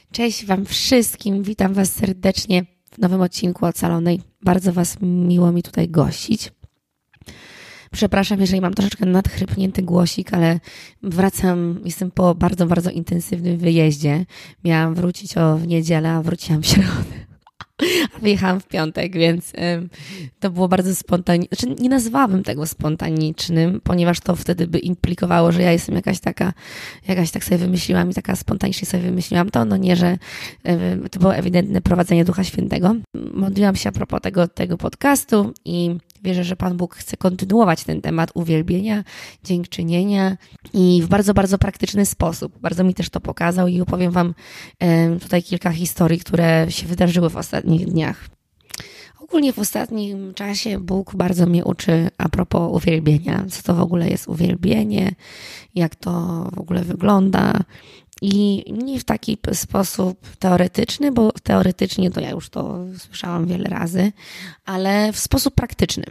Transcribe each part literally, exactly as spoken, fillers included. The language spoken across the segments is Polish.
Cześć Wam wszystkim, witam Was serdecznie w nowym odcinku Ocalonej. Bardzo Was miło mi tutaj gościć. Przepraszam, jeżeli mam troszeczkę nadchrypnięty głosik, ale wracam, jestem po bardzo, bardzo intensywnym wyjeździe. Miałam wrócić o w niedzielę, a wróciłam w środę. A wyjechałam w piątek, więc ym, to było bardzo spontaniczne. Znaczy, nie nazwałabym tego spontanicznym, ponieważ to wtedy by implikowało, że ja jestem jakaś taka, jakaś tak sobie wymyśliłam i taka spontanicznie sobie wymyśliłam to. No nie, że ym, to było ewidentne prowadzenie Ducha Świętego. Modliłam się a propos tego, tego podcastu i wierzę, że Pan Bóg chce kontynuować ten temat uwielbienia, dziękczynienia i w bardzo, bardzo praktyczny sposób. Bardzo mi też to pokazał i opowiem Wam e, tutaj kilka historii, które się wydarzyły w ostatnich dniach. Ogólnie w ostatnim czasie Bóg bardzo mnie uczy a propos uwielbienia. Co to w ogóle jest uwielbienie, jak to w ogóle wygląda. I nie w taki sposób teoretyczny, bo teoretycznie to ja już to słyszałam wiele razy, ale w sposób praktyczny.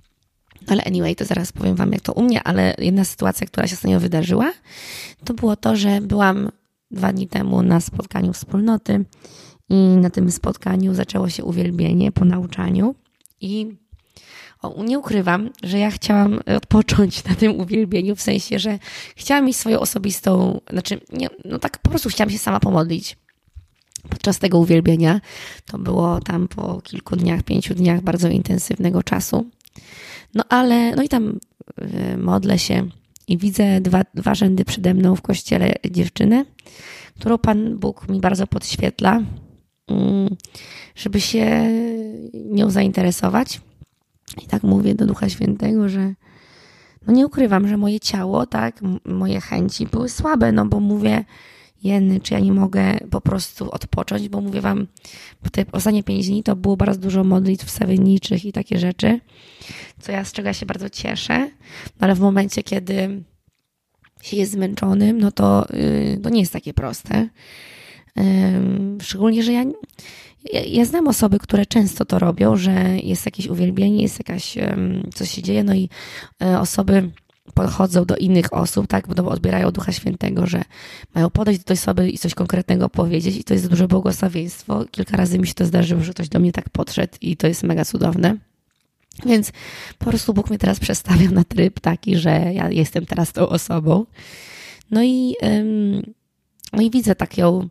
Ale anyway, to zaraz powiem Wam, jak to u mnie, ale jedna sytuacja, która się ostatnio wydarzyła, to było to, że byłam dwa dni temu na spotkaniu wspólnoty i na tym spotkaniu zaczęło się uwielbienie po nauczaniu i O, nie ukrywam, że ja chciałam odpocząć na tym uwielbieniu, w sensie, że chciałam mieć swoją osobistą, znaczy, nie, no tak po prostu chciałam się sama pomodlić podczas tego uwielbienia. To było tam po kilku dniach, pięciu dniach bardzo intensywnego czasu. No ale, no i tam y, modlę się i widzę dwa, dwa rzędy przede mną w kościele dziewczynę, którą Pan Bóg mi bardzo podświetla, y, żeby się nią zainteresować. I tak mówię do Ducha Świętego, że no nie ukrywam, że moje ciało, tak, m- moje chęci były słabe, no bo mówię, jeny, czy ja nie mogę po prostu odpocząć, bo mówię Wam, po te ostatnie pięć dni to było bardzo dużo modlitw wstawienniczych i takie rzeczy, co ja z czego ja się bardzo cieszę, no ale w momencie, kiedy się jest zmęczonym, no to, yy, to nie jest takie proste. Yy, szczególnie, że ja Ja, ja znam osoby, które często to robią, że jest jakieś uwielbienie, jest jakaś, um, coś się dzieje, no i e, osoby podchodzą do innych osób, tak, bo odbierają Ducha Świętego, że mają podejść do tej osoby i coś konkretnego powiedzieć i to jest duże błogosławieństwo. Kilka razy mi się to zdarzyło, że ktoś do mnie tak podszedł i to jest mega cudowne. Więc po prostu Bóg mnie teraz przestawia na tryb taki, że ja jestem teraz tą osobą. No i, um, no i widzę taką,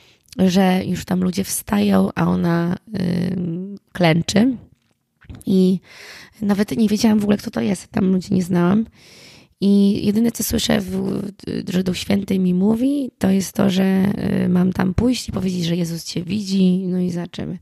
że już tam ludzie wstają, a ona yy, klęczy i nawet nie wiedziałam w ogóle, kto to jest, tam ludzi nie znałam i jedyne, co słyszę, w, że Duch Święty mi mówi, to jest to, że yy, mam tam pójść i powiedzieć, że Jezus Cię widzi, no i zobaczymy.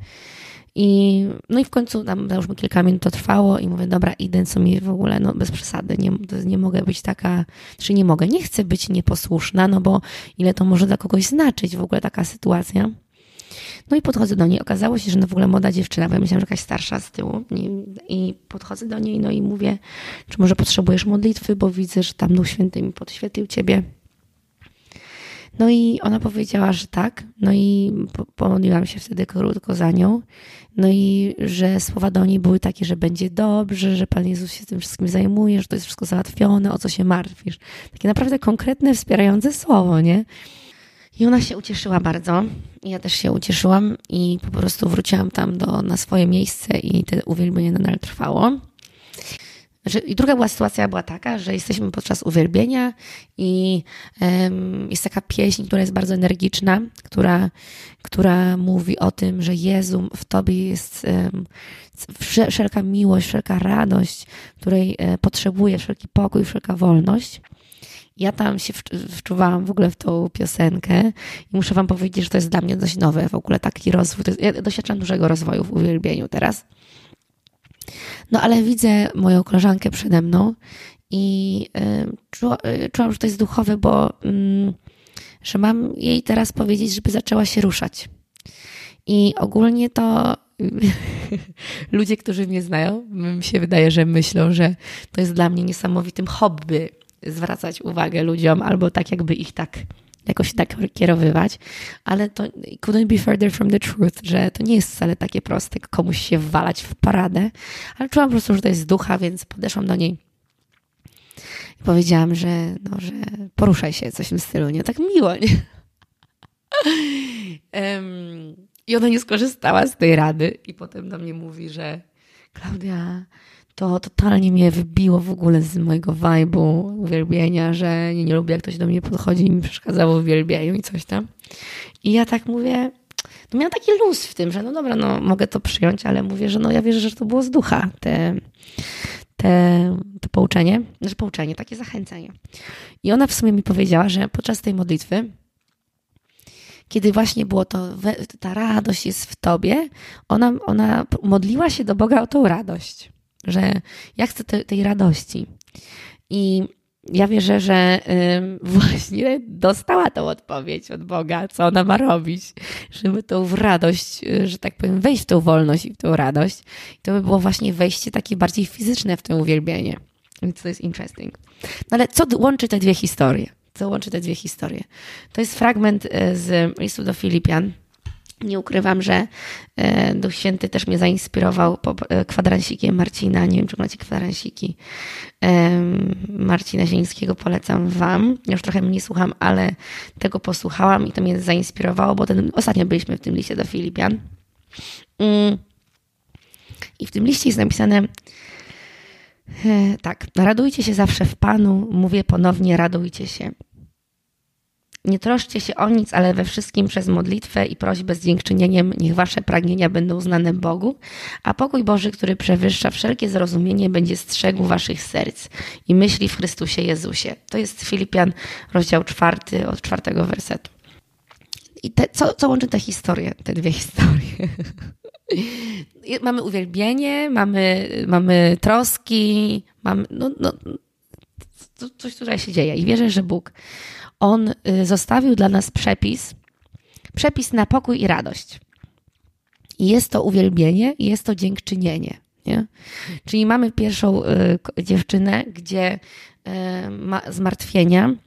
I, no i w końcu tam już kilka minut to trwało i mówię, dobra, idę, co mi w ogóle, no bez przesady, nie, nie mogę być taka, czy nie mogę, nie chcę być nieposłuszna, no bo ile to może dla kogoś znaczyć w ogóle taka sytuacja. No i podchodzę do niej, okazało się, że no w ogóle młoda dziewczyna, bo ja myślałam, że jakaś starsza z tyłu i, i podchodzę do niej, no i mówię, czy może potrzebujesz modlitwy, bo widzę, że tam Duch Święty mi podświetlił Ciebie. No i ona powiedziała, że tak. No i pomodliłam się wtedy krótko za nią. No i że słowa do niej były takie, że będzie dobrze, że Pan Jezus się tym wszystkim zajmuje, że to jest wszystko załatwione, o co się martwisz. Takie naprawdę konkretne, wspierające słowo, nie? I ona się ucieszyła bardzo. Ja też się ucieszyłam i po prostu wróciłam tam do, na swoje miejsce i to uwielbienie nadal trwało. I druga była sytuacja była taka, że jesteśmy podczas uwielbienia i um, jest taka pieśń, która jest bardzo energiczna, która, która mówi o tym, że Jezu, w Tobie jest um, wszelka miłość, wszelka radość, której e, potrzebuję, wszelki pokój, wszelka wolność. Ja tam się wczuwałam w ogóle w tą piosenkę i muszę Wam powiedzieć, że to jest dla mnie dość nowe w ogóle taki rozwój. To jest, ja doświadczam dużego rozwoju w uwielbieniu teraz. No ale widzę moją koleżankę przede mną i y, czuła, y, czułam, że to jest duchowe, bo y, że mam jej teraz powiedzieć, żeby zaczęła się ruszać. I ogólnie to ludzie, którzy mnie znają, mi się wydaje, że myślą, że to jest dla mnie niesamowitym hobby zwracać uwagę ludziom albo tak jakby ich tak jakoś tak kierowywać, ale to couldn't be further from the truth, że to nie jest wcale takie proste komuś się wwalać w paradę, ale czułam po prostu, że to jest ducha, więc podeszłam do niej i powiedziałam, że, no, że poruszaj się, coś w tym stylu, nie? Tak miło, nie? Um, I ona nie skorzystała z tej rady i potem do mnie mówi, że Klaudia, to totalnie mnie wybiło w ogóle z mojego vibe'u uwielbienia, że nie, nie lubię, jak ktoś do mnie podchodzi i mi przeszkadzało w uwielbieniu i coś tam. I ja tak mówię, no miałam taki luz w tym, że no dobra, no mogę to przyjąć, ale mówię, że no ja wierzę, że to było z ducha, te, te, to pouczenie, znaczy pouczenie, takie zachęcenie. I ona w sumie mi powiedziała, że podczas tej modlitwy, kiedy właśnie było to, ta radość jest w tobie, ona, ona modliła się do Boga o tą radość, że ja chcę te, tej radości. I ja wierzę, że y, właśnie dostała tą odpowiedź od Boga, co ona ma robić, żeby tą radość, że tak powiem, wejść w tą wolność i w tą radość. I to by było właśnie wejście takie bardziej fizyczne w to uwielbienie. Więc to jest interesting. No ale co łączy te dwie historie? Co łączy te dwie historie? To jest fragment z listu do Filipian. Nie ukrywam, że Duch Święty też mnie zainspirował kwadransikiem Marcina. Nie wiem, czy macie kwadransiki Marcina Zielińskiego. Polecam wam. Ja już trochę mniej słucham, ale tego posłuchałam i to mnie zainspirowało, bo ten, ostatnio byliśmy w tym liście do Filipian. I w tym liście jest napisane tak, radujcie się zawsze w Panu, mówię ponownie, radujcie się. Nie troszczcie się o nic, ale we wszystkim przez modlitwę i prośbę z dziękczynieniem niech wasze pragnienia będą znane Bogu, a pokój Boży, który przewyższa wszelkie zrozumienie, będzie strzegł waszych serc i myśli w Chrystusie Jezusie. To jest Filipian, rozdział czwarty, od czwartego wersetu. I te, co, co łączy te historie, te dwie historie? Mamy uwielbienie, mamy, mamy troski, mamy no, no, coś tutaj się dzieje i wierzę, że Bóg, On zostawił dla nas przepis, przepis na pokój i radość. I jest to uwielbienie i jest to dziękczynienie. Nie? Czyli mamy pierwszą y, dziewczynę, gdzie y, ma zmartwienia,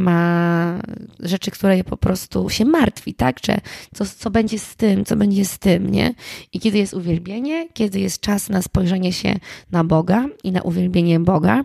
ma rzeczy, które je po prostu się martwi, tak? Że co, co będzie z tym, co będzie z tym, nie? I kiedy jest uwielbienie, kiedy jest czas na spojrzenie się na Boga i na uwielbienie Boga,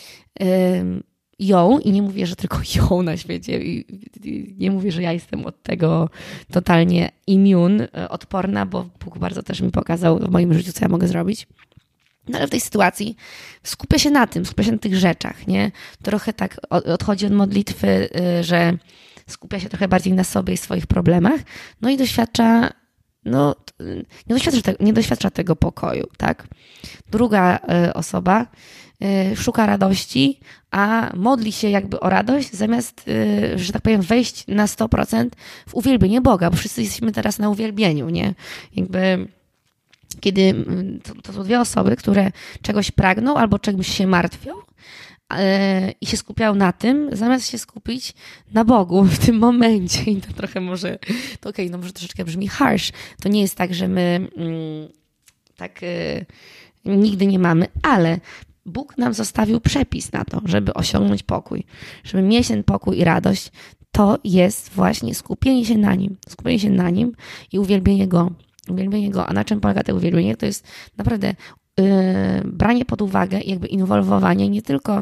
ym, ją, i nie mówię, że tylko ją na świecie, i, i nie mówię, że ja jestem od tego totalnie immune, odporna, bo Bóg bardzo też mi pokazał w moim życiu, co ja mogę zrobić. No ale w tej sytuacji skupia się na tym, skupia się na tych rzeczach, nie? Trochę tak odchodzi od modlitwy, że skupia się trochę bardziej na sobie i swoich problemach, no i doświadcza, no nie doświadcza, te, nie doświadcza tego pokoju, tak? Druga osoba szuka radości, a modli się jakby o radość, zamiast, że tak powiem, wejść na sto procent w uwielbienie Boga, bo wszyscy jesteśmy teraz na uwielbieniu, nie? Jakby kiedy to, to są dwie osoby, które czegoś pragną albo czymś się martwią yy, i się skupiają na tym, zamiast się skupić na Bogu w tym momencie. I to trochę może, to okej, okay, no może troszeczkę brzmi harsh. To nie jest tak, że my yy, tak yy, nigdy nie mamy, ale Bóg nam zostawił przepis na to, żeby osiągnąć pokój, żeby mieć ten pokój i radość. To jest właśnie skupienie się na Nim, skupienie się na Nim i uwielbienie Go. Uwielbienie Go. A na czym polega to uwielbienie? To jest naprawdę yy, branie pod uwagę i jakby inwolwowanie nie tylko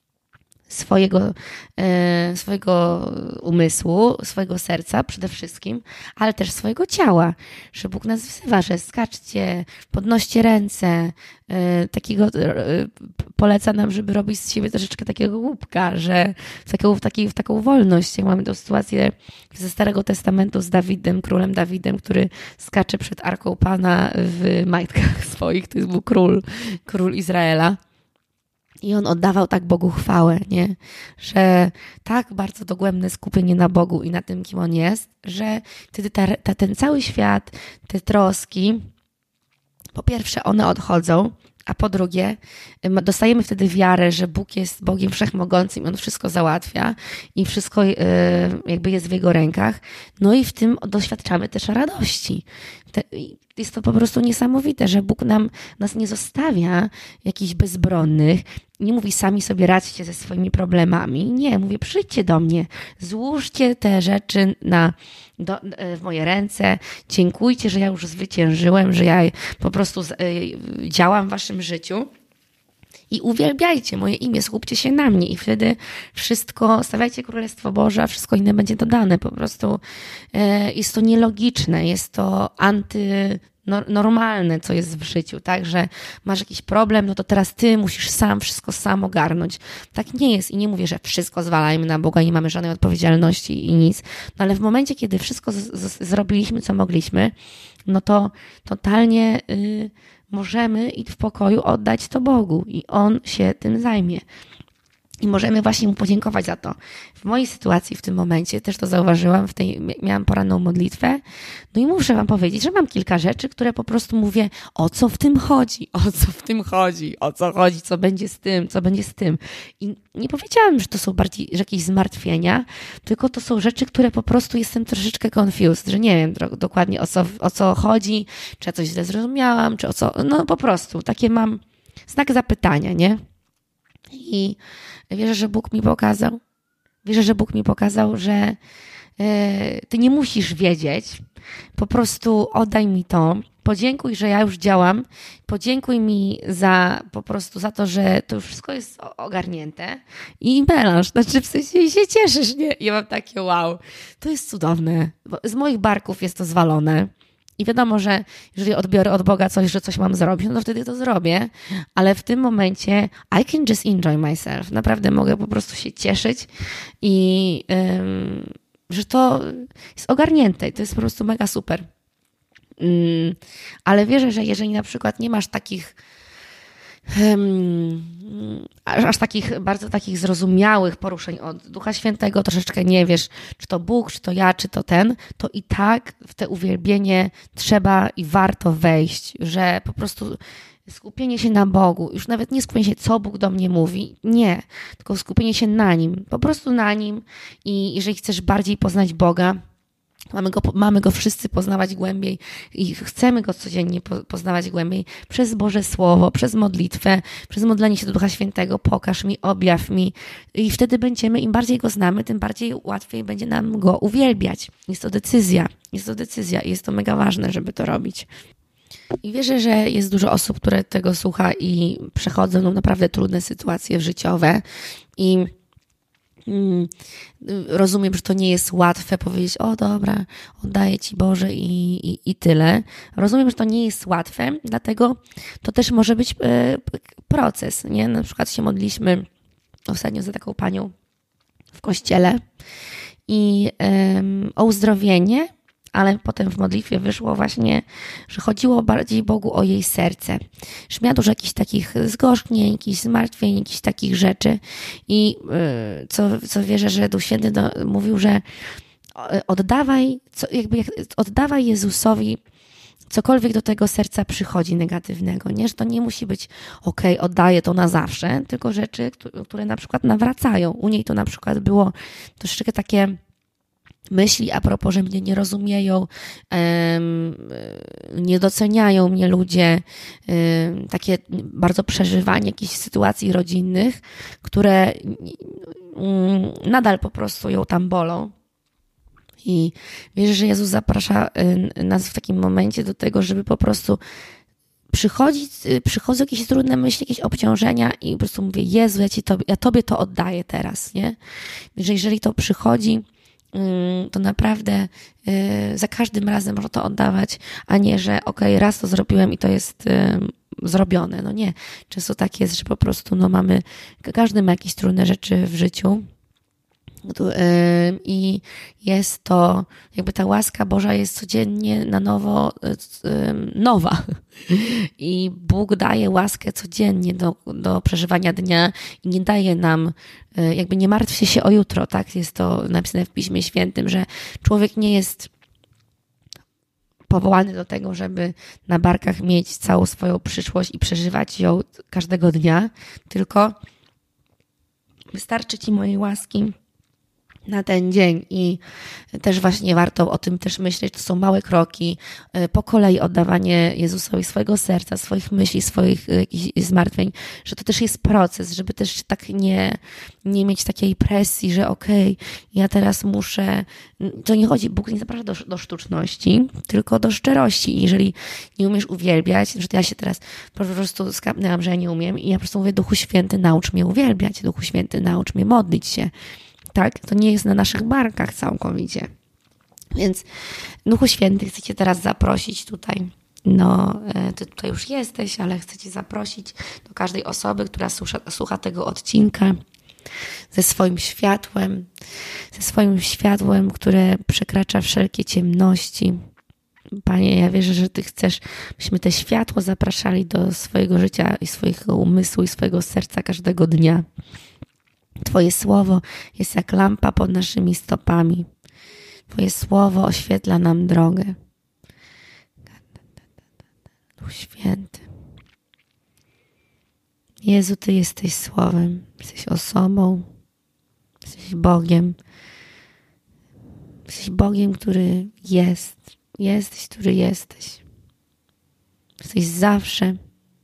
swojego, yy, swojego umysłu, swojego serca przede wszystkim, ale też swojego ciała, że Bóg nas wzywa, że skaczcie, podnoście ręce, yy, takiego yy, poleca nam, żeby robić z siebie troszeczkę takiego łupka, że w taką, w takiej, w taką wolność, jak mamy tę sytuację ze Starego Testamentu z Dawidem, królem Dawidem, który skacze przed Arką Pana w majtkach swoich, to jest był król, król Izraela. I on oddawał tak Bogu chwałę, nie? Że tak bardzo dogłębne skupienie na Bogu i na tym, kim On jest, że wtedy ta, ta, ten cały świat, te troski, po pierwsze one odchodzą, a po drugie dostajemy wtedy wiarę, że Bóg jest Bogiem Wszechmogącym i On wszystko załatwia i wszystko jakby jest w Jego rękach. No i w tym doświadczamy też radości. Jest to po prostu niesamowite, że Bóg nam, nas nie zostawia jakichś bezbronnych, nie mówi sami sobie radźcie ze swoimi problemami. Nie, mówię przyjdźcie do mnie, złóżcie te rzeczy na, do, w moje ręce, dziękujcie, że ja już zwyciężyłem, że ja po prostu działam w waszym życiu I uwielbiajcie moje imię, skupcie się na mnie i wtedy wszystko, stawiajcie Królestwo Boże, a wszystko inne będzie dodane. Po prostu e, jest to nielogiczne, jest to antynormalne, co jest w życiu, tak, że masz jakiś problem, no to teraz ty musisz sam wszystko sam ogarnąć. Tak nie jest i nie mówię, że wszystko zwalajmy na Boga, nie mamy żadnej odpowiedzialności i nic, no ale w momencie, kiedy wszystko z- z- zrobiliśmy, co mogliśmy, no to totalnie... Yy, możemy i w pokoju oddać to Bogu i On się tym zajmie. I możemy właśnie Mu podziękować za to. W mojej sytuacji w tym momencie, też to zauważyłam, w tej, miałam poranną modlitwę, no i muszę wam powiedzieć, że mam kilka rzeczy, które po prostu mówię, o co w tym chodzi, o co w tym chodzi, o co chodzi, co będzie z tym, co będzie z tym. I nie powiedziałam, że to są bardziej że jakieś zmartwienia, tylko to są rzeczy, które po prostu jestem troszeczkę confused, że nie wiem dokładnie o co, o co chodzi, czy ja coś źle zrozumiałam, czy o co, no po prostu, takie mam znak zapytania, nie? I wierzę, że Bóg mi pokazał, wierzę, że Bóg mi pokazał, że yy, ty nie musisz wiedzieć, po prostu oddaj mi to, podziękuj, że ja już działam, podziękuj mi za po prostu za to, że to już wszystko jest ogarnięte i melanż, znaczy w sensie się cieszysz, nie? I ja mam takie wow, to jest cudowne, bo z moich barków jest to zwalone. I wiadomo, że jeżeli odbiorę od Boga coś, że coś mam zrobić, no to wtedy to zrobię, ale w tym momencie I can just enjoy myself. Naprawdę mogę po prostu się cieszyć i um, że to jest ogarnięte i to jest po prostu mega super. Um, ale wierzę, że jeżeli na przykład nie masz takich Um, aż, aż takich, bardzo takich zrozumiałych poruszeń od Ducha Świętego, troszeczkę nie wiesz, czy to Bóg, czy to ja, czy to ten, to i tak w te uwielbienie trzeba i warto wejść, że po prostu skupienie się na Bogu, już nawet nie skupienie się, co Bóg do mnie mówi, nie, tylko skupienie się na Nim, po prostu na Nim i jeżeli chcesz bardziej poznać Boga, Mamy go, mamy go wszyscy poznawać głębiej i chcemy go codziennie poznawać głębiej przez Boże Słowo, przez modlitwę, przez modlenie się do Ducha Świętego. Pokaż mi, objaw mi i wtedy będziemy, im bardziej go znamy, tym bardziej łatwiej będzie nam go uwielbiać. Jest to decyzja, jest to decyzja i jest to mega ważne, żeby to robić. I wierzę, że jest dużo osób, które tego słucha i przechodzą no, naprawdę trudne sytuacje życiowe i rozumiem, że to nie jest łatwe powiedzieć, o dobra, oddaję Ci Boże i, i, i tyle. Rozumiem, że to nie jest łatwe, dlatego to też może być proces, nie? Na przykład się modliliśmy ostatnio za taką panią w kościele i um, o uzdrowienie, ale potem w modlitwie wyszło właśnie, że chodziło bardziej Bogu o jej serce. Że miała dużo jakichś takich zgorzknień, jakichś zmartwień, jakichś takich rzeczy i yy, co, co wierzę, że Duch Święty do, mówił, że oddawaj, co, jakby jak, oddawaj Jezusowi cokolwiek do tego serca przychodzi negatywnego, nie? Że to nie musi być okej, okay, oddaję to na zawsze, tylko rzeczy, które, które na przykład nawracają. U niej to na przykład było troszeczkę takie myśli a propos, że mnie nie rozumieją, um, nie doceniają mnie ludzie, um, takie bardzo przeżywanie jakichś sytuacji rodzinnych, które um, nadal po prostu ją tam bolą. I wierzę, że Jezus zaprasza nas w takim momencie do tego, żeby po prostu przychodzić, przychodzą jakieś trudne myśli, jakieś obciążenia i po prostu mówię, Jezu, ja, ci tobie, ja Tobie to oddaję teraz, nie? Że jeżeli to przychodzi, to naprawdę za każdym razem można to oddawać, a nie, że okej, okay, raz to zrobiłem i to jest zrobione. No nie. Często tak jest, że po prostu no mamy, każdy ma jakieś trudne rzeczy w życiu i jest to, jakby ta łaska Boża jest codziennie na nowo nowa i Bóg daje łaskę codziennie do, do przeżywania dnia i nie daje nam, jakby nie martwcie się o jutro, tak? Jest to napisane w Piśmie Świętym, że człowiek nie jest powołany do tego, żeby na barkach mieć całą swoją przyszłość i przeżywać ją każdego dnia, tylko wystarczy Ci mojej łaski na ten dzień i też właśnie warto o tym też myśleć. To są małe kroki, po kolei oddawanie Jezusowi swojego serca, swoich myśli, swoich jakichś zmartwień, że to też jest proces, żeby też tak nie, nie mieć takiej presji, że okej, okay, ja teraz muszę, to nie chodzi, Bóg nie zaprasza do, do sztuczności, tylko do szczerości. I jeżeli nie umiesz uwielbiać, że ja się teraz po prostu skapnęłam, że ja nie umiem i ja po prostu mówię, Duchu Święty, naucz mnie uwielbiać, Duchu Święty, naucz mnie modlić się. Tak, to nie jest na naszych barkach całkowicie. Więc Duchu Święty, chcę Cię teraz zaprosić tutaj. No, Ty tutaj już jesteś, ale chcę Cię zaprosić do każdej osoby, która słucha, słucha tego odcinka ze swoim światłem, ze swoim światłem, które przekracza wszelkie ciemności. Panie, ja wierzę, że Ty chcesz, byśmy te światło zapraszali do swojego życia i swojego umysłu i swojego serca każdego dnia. Twoje słowo jest jak lampa pod naszymi stopami. Twoje słowo oświetla nam drogę. Duch Święty. Jezu, Ty jesteś Słowem. Jesteś osobą. Jesteś Bogiem. Jesteś Bogiem, który jest. Jesteś, który jesteś. Jesteś zawsze.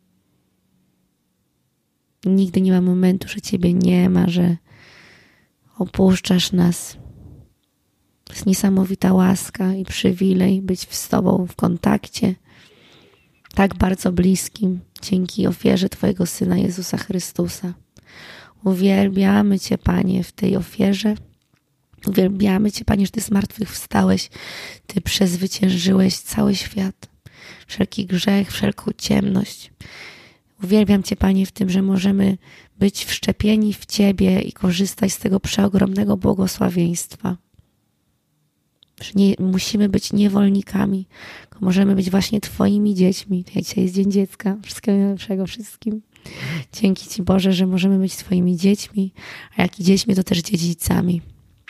Nigdy nie ma momentu, że Ciebie nie ma, że opuszczasz nas. To jest niesamowita łaska i przywilej być z Tobą w kontakcie tak bardzo bliskim dzięki ofierze Twojego Syna Jezusa Chrystusa. Uwielbiamy Cię, Panie, w tej ofierze. Uwielbiamy Cię, Panie, że Ty zmartwychwstałeś. Ty przezwyciężyłeś cały świat. Wszelki grzech, wszelką ciemność. Uwielbiam Cię, Panie, w tym, że możemy być wszczepieni w Ciebie i korzystać z tego przeogromnego błogosławieństwa. Że nie musimy być niewolnikami, tylko możemy być właśnie Twoimi dziećmi. Dzisiaj jest Dzień Dziecka. Wszystkiego najlepszego wszystkim. Dzięki Ci, Boże, że możemy być Twoimi dziećmi, a jak i dziećmi, to też dziedzicami.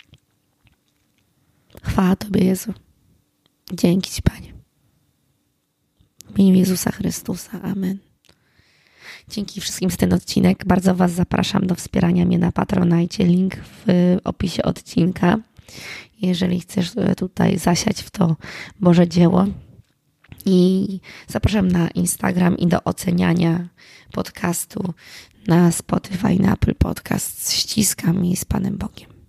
Chwała Tobie, Jezu. Dzięki Ci, Panie. W imieniu Jezusa Chrystusa. Amen. Dzięki wszystkim za ten odcinek. Bardzo Was zapraszam do wspierania mnie na Patronite. Link w opisie odcinka. Jeżeli chcesz tutaj zasiać w to Boże dzieło. I zapraszam na Instagram i do oceniania podcastu na Spotify, na Apple Podcast. Ściskam i z Panem Bogiem.